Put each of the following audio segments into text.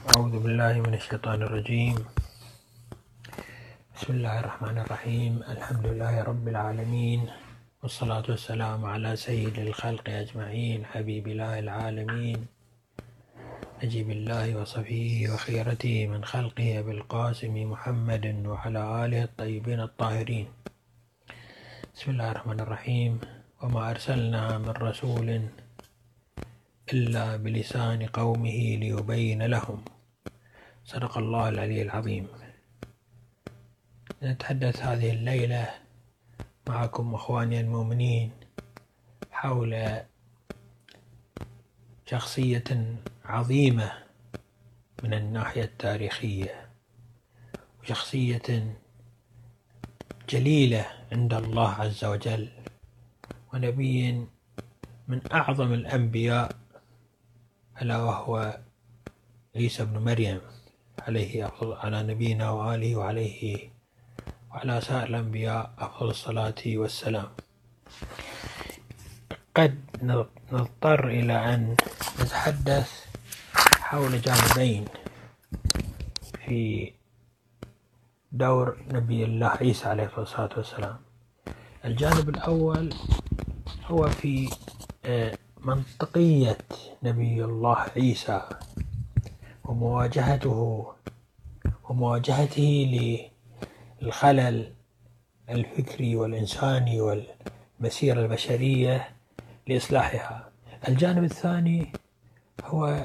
أعوذ بالله من الشيطان الرجيم. بسم الله الرحمن الرحيم. الحمد لله رب العالمين، والصلاة والسلام على سيد الخلق أجمعين، حبيب الله العالمين، نجيب الله وصفيه وخيرته من خلقه أبي القاسم محمد وعلى آله الطيبين الطاهرين. بسم الله الرحمن الرحيم. وما أرسلنا من رسول إلا بلسان قومه ليبين لهم. صدق الله العلي العظيم. نتحدث هذه الليلة معكم أخواني المؤمنين حول شخصية عظيمة من الناحية التاريخية، وشخصية جليلة عند الله عز وجل، ونبي من أعظم الأنبياء، ألا وهو عيسى بن مريم على نبينا وآله وعلى سائر الأنبياء أفضل الصلاة والسلام. قد نضطر إلى أن نتحدث حول جانبين في دور نبي الله عيسى عليه الصلاة والسلام. الجانب الأول هو في منطقية نبي الله عيسى ومواجهته للخلل الفكري والإنساني والمسيرة البشرية لإصلاحها. الجانب الثاني هو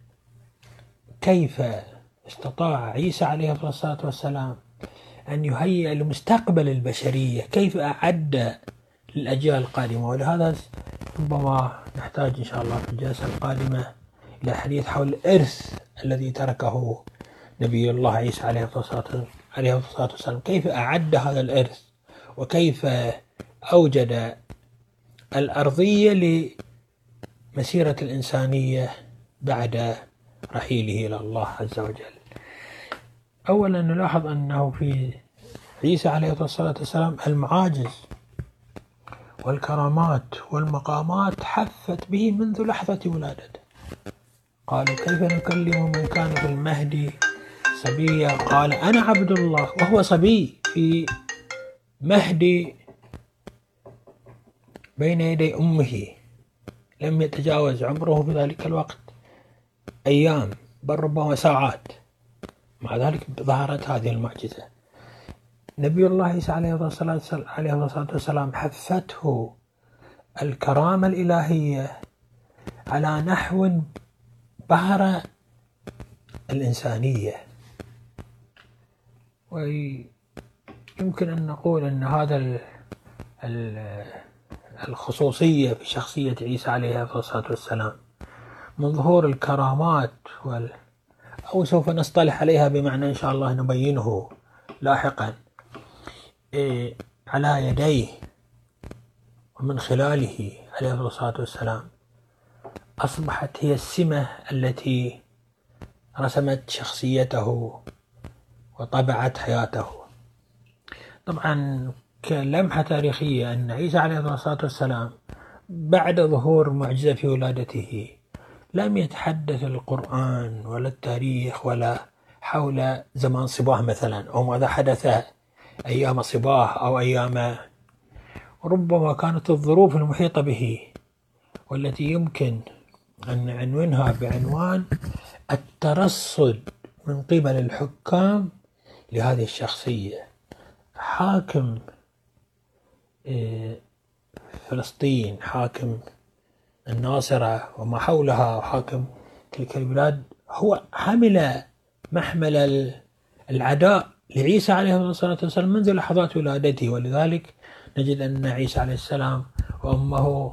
كيف استطاع عيسى عليه الصلاة والسلام أن يهيئ لمستقبل البشرية، كيف أعد للأجيال القادمة. ولهذا ربما نحتاج إن شاء الله في الجلسة القادمة إلى الحديث حول الإرث الذي تركه نبي الله عيسى عليه الصلاة والسلام، كيف أعد هذا الإرث، وكيف أوجد الأرضية لمسيرة الإنسانية بعد رحيله إلى الله عز وجل. أولا نلاحظ أنه في عيسى عليه الصلاة والسلام المعاجز والكرامات والمقامات حفت به منذ لحظة ولادته. قالوا كيف نكلم من كان في المهد صبيا، قال أنا عبد الله، وهو صبي في مهد بين يدي أمه، لم يتجاوز عمره في ذلك الوقت أيام بل ربما ساعات. مع ذلك ظهرت هذه المعجزة. نبي الله عيسى عليه الصلاة والسلام حفته الكرامة الإلهية على نحو بهر الإنسانية. ويمكن أن نقول أن هذا الخصوصية في شخصية عيسى عليه الصلاة والسلام من ظهور الكرامات أو سوف نصطلح عليها بمعنى إن شاء الله نبينه لاحقا على يديه، ومن خلاله عليه الصلاة والسلام أصبحت هي السمة التي رسمت شخصيته وطبعت حياته. طبعا كلمحة تاريخية أن عيسى عليه الصلاة والسلام بعد ظهور معجزة في ولادته لم يتحدث القرآن ولا التاريخ ولا حول زمان صباه مثلا، أو ماذا حدث أيام صباه أو أيام، ربما كانت الظروف المحيطة به والتي يمكن أن نعنونها بعنوان الترصد من قبل الحكام لهذه الشخصية. حاكم فلسطين، حاكم الناصرة وما حولها، وحاكم تلك البلاد، هو حمل محمل العداء لعيسى عليه الصلاة والسلام منذ لحظات ولادته. ولذلك نجد أن عيسى عليه السلام وأمه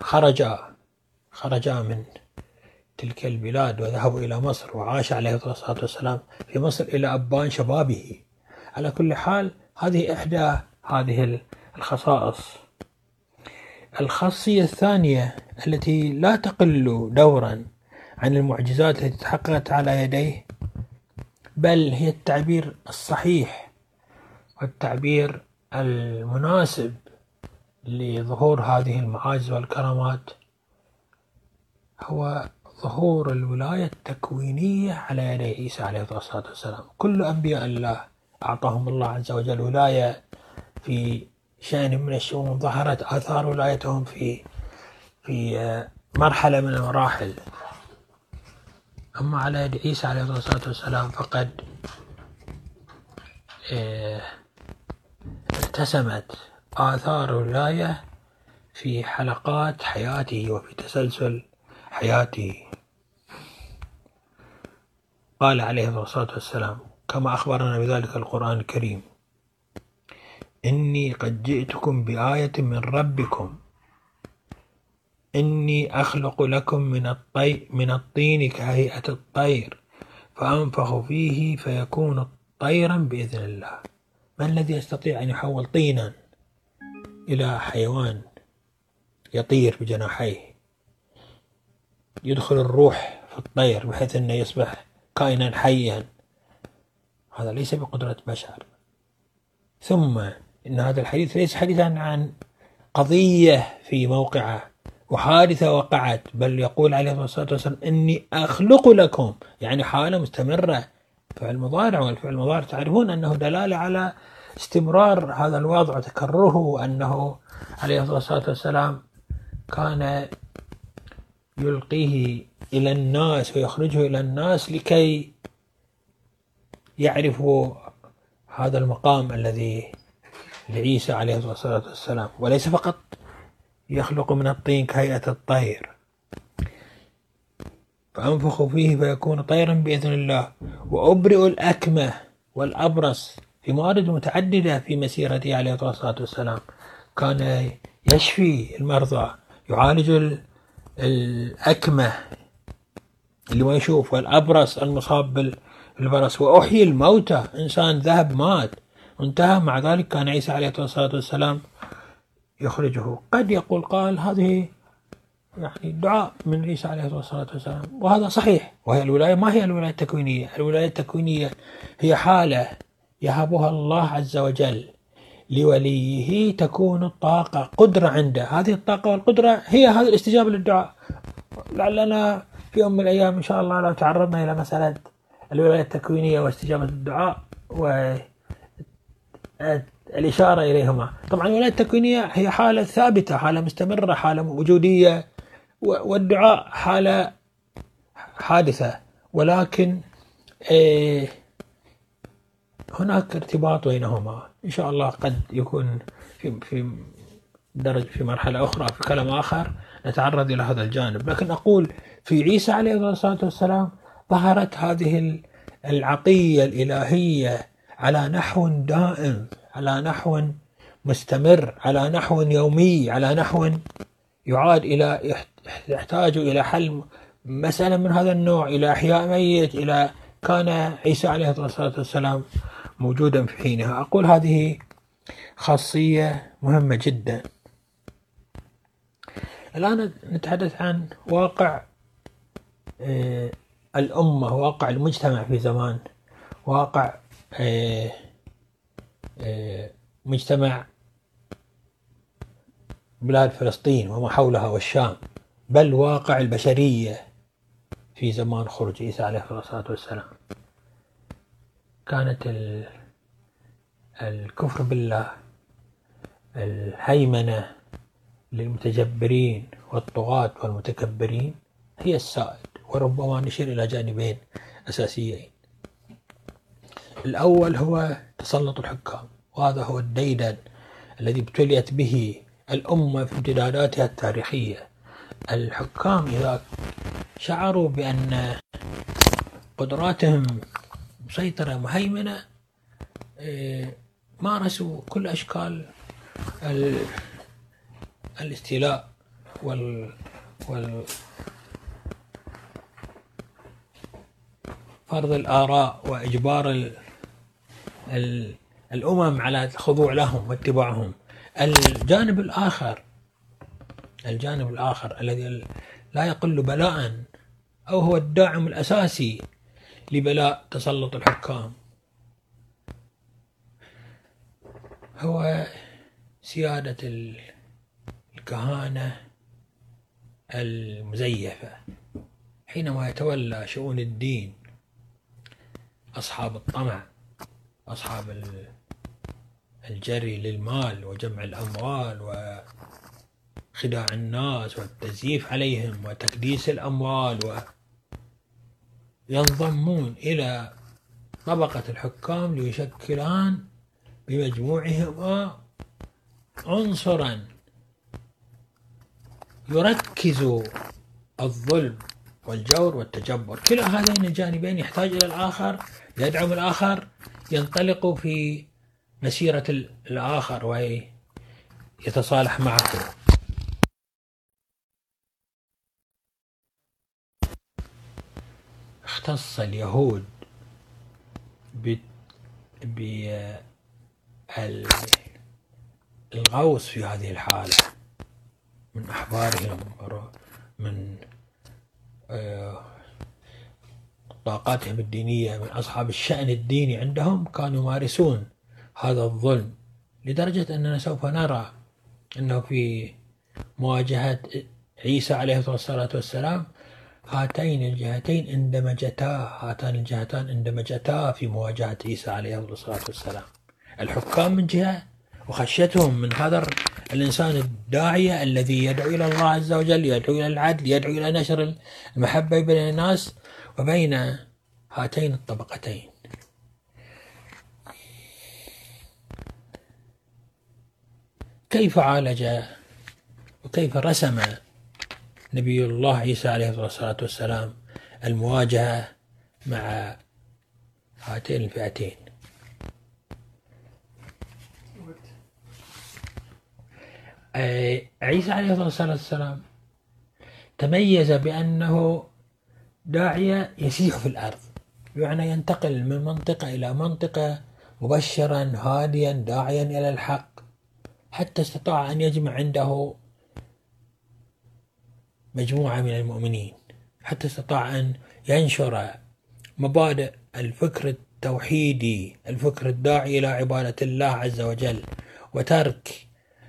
خرجا من تلك البلاد وذهبوا إلى مصر، وعاش عليه الصلاة والسلام في مصر إلى أبان شبابه. على كل حال هذه إحدى هذه الخصائص. الخاصية الثانية التي لا تقل دورا عن المعجزات التي تحققت على يديه، بل هي التعبير الصحيح والتعبير المناسب لظهور هذه المعاجز والكرامات، هو ظهور الولاية التكوينية على يدي عيسى عليه الصلاة والسلام. كل أنبياء الله أعطاهم الله عز وجل ولاية في شأن من الشؤون، ظهرت آثار ولايتهم في مرحلة من المراحل. أما على يد عيسى عليه الصلاة والسلام فقد ارتسمت آثار الولاية في حلقات حياته وفي تسلسل حياته. قال عليه الصلاة والسلام كما أخبرنا بذلك القرآن الكريم: إني قد جئتكم بآية من ربكم إني أخلق لكم من الطين كهيئة الطير فأنفخ فيه فيكون طيرا بإذن الله. من الذي يستطيع أن يحول طينا إلى حيوان يطير بجناحيه، يدخل الروح في الطير بحيث أنه يصبح كائنا حيا؟ هذا ليس بقدرة بشر. ثم إن هذا الحديث ليس حديثا عن قضية في موقعه وحادثة وقعت، بل يقول عليه الصلاة والسلام إني أخلق لكم، يعني حالة مستمرة، فعل مضارع، والفعل المضارع تعرفون أنه دلالة على استمرار هذا الوضع وتكرره، وأنه عليه الصلاة والسلام كان يلقيه إلى الناس ويخرجه إلى الناس لكي يعرفوا هذا المقام الذي لعيسى عليه الصلاة والسلام، وليس فقط يخلق من الطين كهيئة الطير فأنفخ فيه فيكون طيرا بإذن الله، وأبرئ الأكمه والأبرص في موارد متعددة في مسيرته عليه الصلاة والسلام. كان يشفي المرضى، يعالج الأكمه اللي ما يشوف، والأبرص المصاب بالبرص، وأحيي الموتى، إنسان ذهب مات وانتهى، مع ذلك كان عيسى عليه الصلاة والسلام يخرجه. قد يقول قال هذه يعني دعاء من عيسى عليه الصلاة والسلام، وهذا صحيح. وهي الولاية ما هي الولاية التكوينية؟ الولاية التكوينية هي حالة يهبها الله عز وجل لوليه، تكون الطاقة قدرة عنده، هذه الطاقة والقدرة هي هذه الاستجابة للدعاء. لعلنا في يوم من الأيام إن شاء الله لو تعرضنا إلى مسألة الولاية التكوينية واستجابة الدعاء والإشارة إليهما. طبعا الولاية التكوينية هي حالة ثابتة، حالة مستمرة، حالة وجودية، والدعاء حالة حادثة، ولكن هناك ارتباط بينهما إن شاء الله. قد يكون في درجة في مرحلة أخرى في كلام آخر نتعرض إلى هذا الجانب. لكن أقول في عيسى عليه الصلاة والسلام ظهرت هذه العطية الإلهية على نحو دائم، على نحو مستمر، على نحو يومي، على نحو يعاد إلى يحتاج إلى حل مسألة من هذا النوع، إلى إحياء ميت، إلى كان عيسى عليه الصلاة والسلام موجودا في حينها. أقول هذه خاصية مهمة جدا. الآن نتحدث عن واقع الأمة، واقع المجتمع في زمان، واقع مجتمع بلاد فلسطين وما حولها والشام، بل واقع البشرية في زمان خروج عيسى عليه الصلاة والسلام. كانت الكفر بالله، الهيمنة للمتجبرين والطغاة والمتكبرين هي السائد، وربما نشير إلى جانبين أساسيين. الأول هو تسلط الحكام، وهذا هو الديدن الذي ابتليت به الأمة في امتداداتها التاريخية. الحكام إذا شعروا بأن قدراتهم مسيطرة مهيمنة مارسوا كل أشكال الاستيلاء فرض الآراء وإجبار الأمم على الخضوع لهم واتباعهم. الجانب الآخر الذي لا يقل بلاء، أو هو الداعم الأساسي لبلاء تسلط الحكام، هو سيادة الكهانة المزيفة، حينما يتولى شؤون الدين أصحاب الطمع، أصحاب الجري للمال وجمع الأموال وخداع الناس والتزييف عليهم وتكديس الأموال، وينضمون إلى طبقة الحكام ليشكلان بمجموعهما عنصرا يركز الظلم والجور والتجبر. كلا هذين الجانبين يحتاج إلى الآخر، يدعم الآخر، ينطلق في مسيرة الآخر ويتصالح معه. اختص اليهود بالغوص في هذه الحالة من أحبارهم، من طاقاتهم الدينية، من أصحاب الشأن الديني عندهم، كانوا يمارسون هذا الظلم، لدرجة أننا سوف نرى أنه في مواجهة عيسى عليه الصلاة والسلام هاتان الجهتان اندمجتا في مواجهة عيسى عليه الصلاة والسلام. الحكام من جهة وخشيتهم من هذا الإنسان الداعية الذي يدعو إلى الله عز وجل، يدعو إلى العدل، يدعو إلى نشر المحبة بين الناس، وبين هاتين الطبقتين. كيف عالج وكيف رسم نبي الله عيسى عليه الصلاة والسلام المواجهة مع هاتين الفئتين؟ عيسى عليه الصلاة والسلام تميز بأنه داعية يسيح في الأرض، يعني ينتقل من منطقة إلى منطقة مبشرا هاديا داعيا إلى الحق، حتى استطاع أن يجمع عنده مجموعة من المؤمنين، حتى استطاع أن ينشر مبادئ الفكر التوحيدي، الفكر الداعي إلى عبادة الله عز وجل، وترك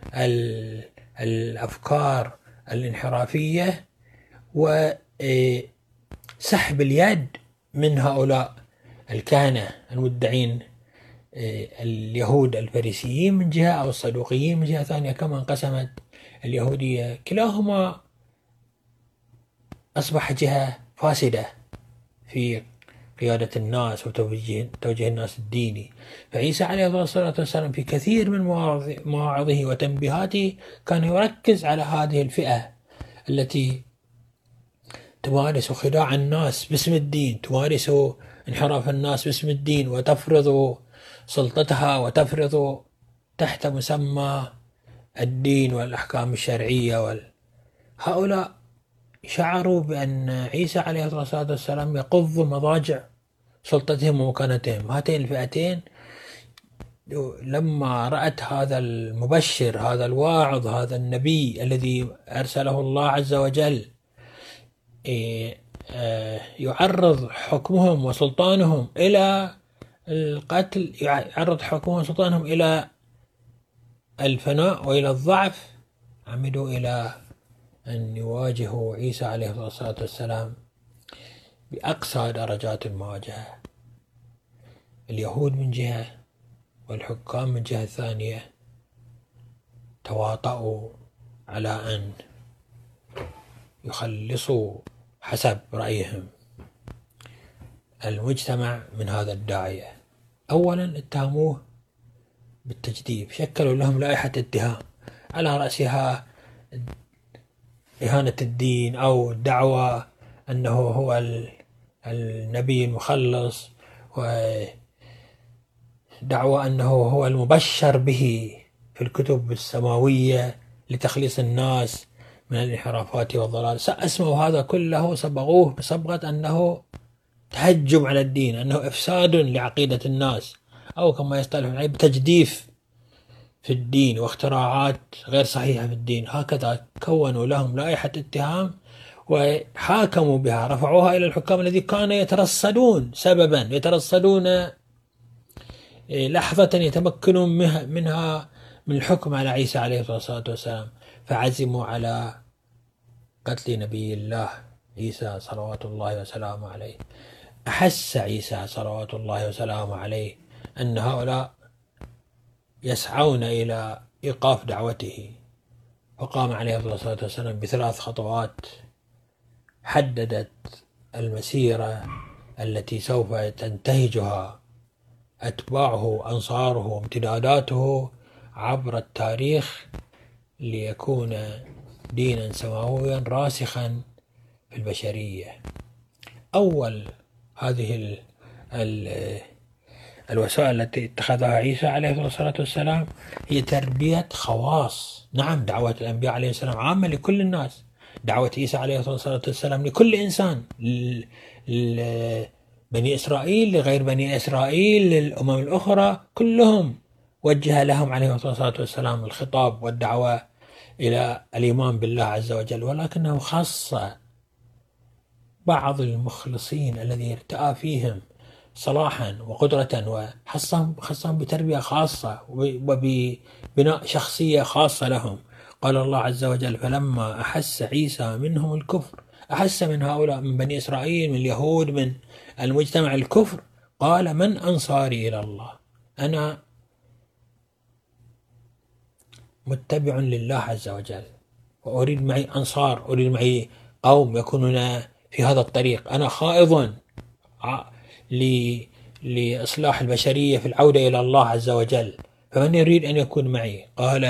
الأفكار الانحرافية، وسحب اليد من هؤلاء الكهنة المدعين اليهود الفريسيين من جهة، أو الصدوقيين من جهة ثانية. كما انقسمت اليهودية، كلاهما أصبح جهة فاسدة في قيادة الناس وتوجيه الناس الديني. فعيسى عليه الصلاة والسلام في كثير من مواعظه وتنبيهاته كان يركز على هذه الفئة التي تمارس خداع الناس باسم الدين، تمارس انحراف الناس باسم الدين، وتفرض سلطتها وتفرض تحت مسمى الدين والأحكام الشرعية. هؤلاء شعروا بأن عيسى عليه الصلاة والسلام يقض مضاجع سلطتهم ومكانتهم. هاتين الفئتين لما رأت هذا المبشر، هذا الواعظ، هذا النبي الذي أرسله الله عز وجل يعرض حكمهم وسلطانهم إلى القتل، يعرض حكمهم وسلطانهم إلى الفناء وإلى الضعف، عمدوا إلى أن يواجهوا عيسى عليه الصلاة والسلام بأقصى درجات المواجهة. اليهود من جهة والحكام من جهة ثانية تواطؤوا على أن يخلصوا حسب رأيهم المجتمع من هذا الداعية. أولا اتهموه بالتجديف، شكلوا لهم لائحة اتهام على رأسها إهانة الدين، أو دعوى أنه هو النبي المخلص، ودعوى أنه هو المبشر به في الكتب السماوية لتخليص الناس من الانحرافات والضلال. أسموا هذا كله، صبغوه بصبغة أنه تهجم على الدين، أنه إفساد لعقيدة الناس، أو كما يصطلحون عليه تجديف في الدين واختراعات غير صحيحة في الدين. هكذا كونوا لهم لائحة اتهام وحاكموا بها، رفعوها إلى الحكام الذي كانوا يترصدون سببا، يترصدون لحظة يتمكنون منها من الحكم على عيسى عليه الصلاة والسلام، فعزموا على قتل نبي الله عيسى صلوات الله وسلامه عليه، أحس عيسى صلوات الله وسلامه عليه أن هؤلاء يسعون إلى إيقاف دعوته، فقام عليه الصلاة والسلام ب3 خطوات حددت المسيرة التي سوف تنتهجها أتباعه أنصاره امتداداته عبر التاريخ ليكون دينا سماويا راسخا في البشرية. أول هذه الوسائل التي اتخذها عيسى عليه الصلاة والسلام هي تربية خواص. نعم، دعوة الأنبياء عليه السلام عامة لكل الناس، دعوة عيسى عليه الصلاة والسلام لكل إنسان، بني إسرائيل لغير بني إسرائيل للأمم الأخرى كلهم وجه لهم عليه الصلاة والسلام الخطاب والدعوة إلى الإيمان بالله عز وجل، ولكنه خص بعض المخلصين الذي ارتأى فيهم صلاحا وقدرة وخصهم بتربية خاصة وببناء شخصية خاصة لهم. قال الله عز وجل: فلما أحس عيسى منهم الكفر، أحس من هؤلاء من بني إسرائيل من اليهود من المجتمع الكفر، قال: من أنصاري إلى الله؟ أنا متبع لله عز وجل وأريد معي أنصار، أريد معي قوم يكونون في هذا الطريق، أنا خائض لإصلاح البشرية في العودة إلى الله عز وجل، فمن يريد أن يكون معي؟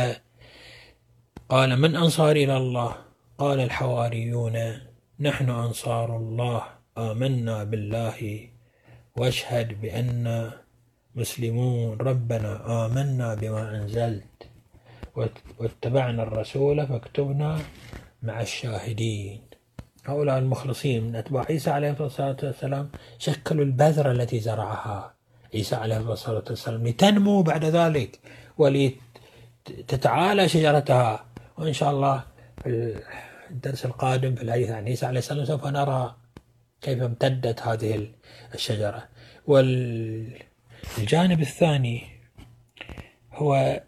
قال: من أنصار إلى الله؟ قال الحواريون: نحن أنصار الله، آمنا بالله واشهد بأننا مسلمون، ربنا آمنا بما أنزلت واتبعنا الرسول فاكتبنا مع الشاهدين. هؤلاء المخلصين من أتباع عيسى عليه الصلاة والسلام شكلوا البذرة التي زرعها عيسى عليه الصلاة والسلام لتنمو بعد ذلك ولتتعالى شجرتها. وإن شاء الله في الدرس القادم في الحديث عن عيسى عليه السلام سوف نرى كيف امتدت هذه الشجرة. والجانب الثاني هو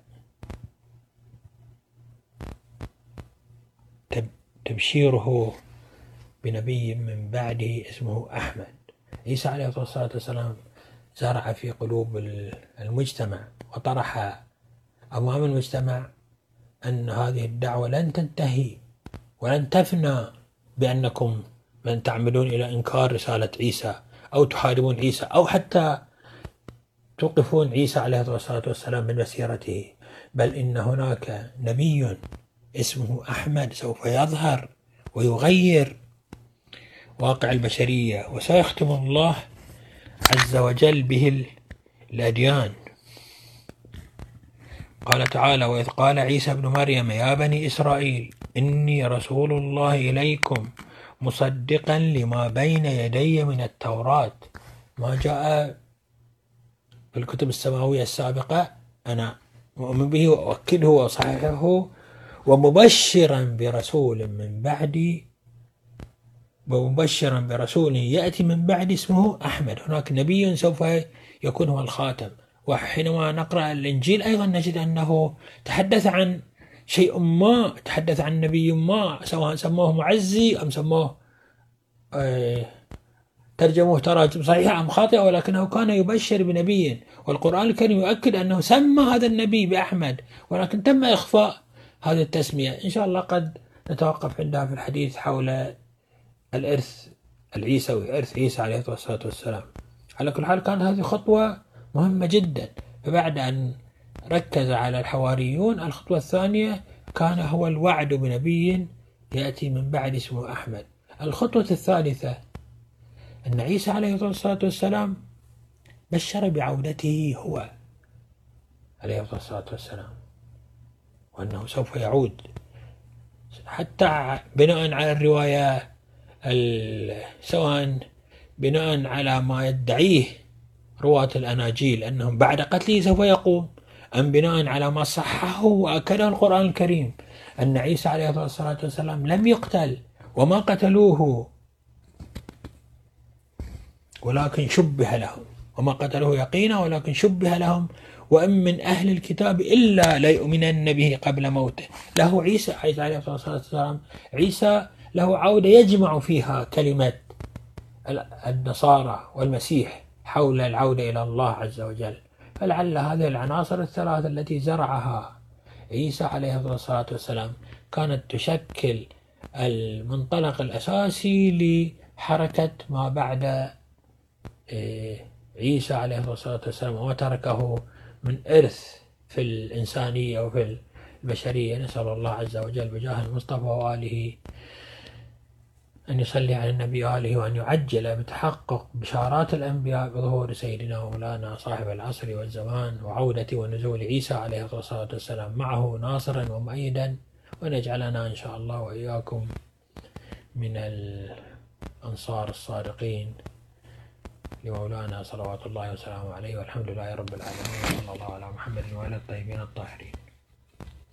تبشيره بنبي من بعده اسمه أحمد. عيسى عليه الصلاة والسلام زرع في قلوب المجتمع وطرح أمام المجتمع أن هذه الدعوة لن تنتهي ولن تفنى بأنكم من تعملون إلى إنكار رسالة عيسى أو تحاربون عيسى أو حتى توقفون عيسى عليه الصلاة والسلام من مسيرته، بل إن هناك نبي اسمه أحمد سوف يظهر ويغير واقع البشرية، وسيختم الله عز وجل به الأديان. قال تعالى: وإذ قال عيسى ابن مريم يا بني إسرائيل إني رسول الله إليكم مصدقا لما بين يدي من التوراة، ما جاء في الكتب السماوية السابقة أنا مؤمن به وأؤكده وأصححه، ومبشرا برسول من بعدي، ومبشرا برسول يأتي من بعد اسمه أحمد. هناك نبي سوف يكون هو الخاتم. وحينما نقرأ الإنجيل أيضا نجد أنه تحدث عن شيء ما، تحدث عن نبي ما، سواء سموه معزي أم سموه ترجموه تراجم صحيحة أم خاطئة، ولكنه كان يبشر بنبي، والقرآن الكريم يؤكد أنه سمى هذا النبي بأحمد، ولكن تم إخفاء هذه التسمية. إن شاء الله قد نتوقف عندها في الحديث حول الإرث العيسوي، إرث عيسى عليه الصلاة والسلام. على كل حال كانت هذه خطوة مهمة جدا. فبعد أن ركز على الحواريون، الخطوة الثانية كان هو الوعد بنبي يأتي من بعد اسمه أحمد. الخطوة الثالثة أن عيسى عليه الصلاة والسلام بشر بعودته هو عليه الصلاة والسلام، وأنه سوف يعود، حتى بناء على الرواية سواء بناء على ما يدعيه رواة الأناجيل أنهم بعد قتله سوف يقوم، أم بناء على ما صححه وأكده القرآن الكريم أن عيسى عليه الصلاة والسلام لم يقتل وما قتلوه ولكن شبه لهم، وما قتلوه يقينا ولكن شبه لهم، وإن من أهل الكتاب إلا ليؤمنن به قبل موته. له عيسى عليه الصلاة والسلام، عيسى له عودة يجمع فيها كلمة النصارى والمسيح حول العودة إلى الله عز وجل. فلعل هذه العناصر الثلاث التي زرعها عيسى عليه الصلاة والسلام كانت تشكل المنطلق الأساسي لحركة ما بعد عيسى عليه الصلاة والسلام وما تركه من إرث في الإنسانية وفي البشرية. نسأل الله عز وجل بجاه المصطفى وآله أن يصلي على النبي وآله وأن يعجل بتحقق بشارات الأنبياء بظهور سيدنا ومولانا صاحب العصر والزمان وعودة ونزول عيسى عليه الصلاة والسلام معه ناصرا ومؤيدا، وأن يجعلنا إن شاء الله وإياكم من الأنصار الصادقين لمولانا صلوات الله وسلامه عليه، والحمد لله رب العالمين، وصلى الله على محمد وعلى الطيبين الطاهرين.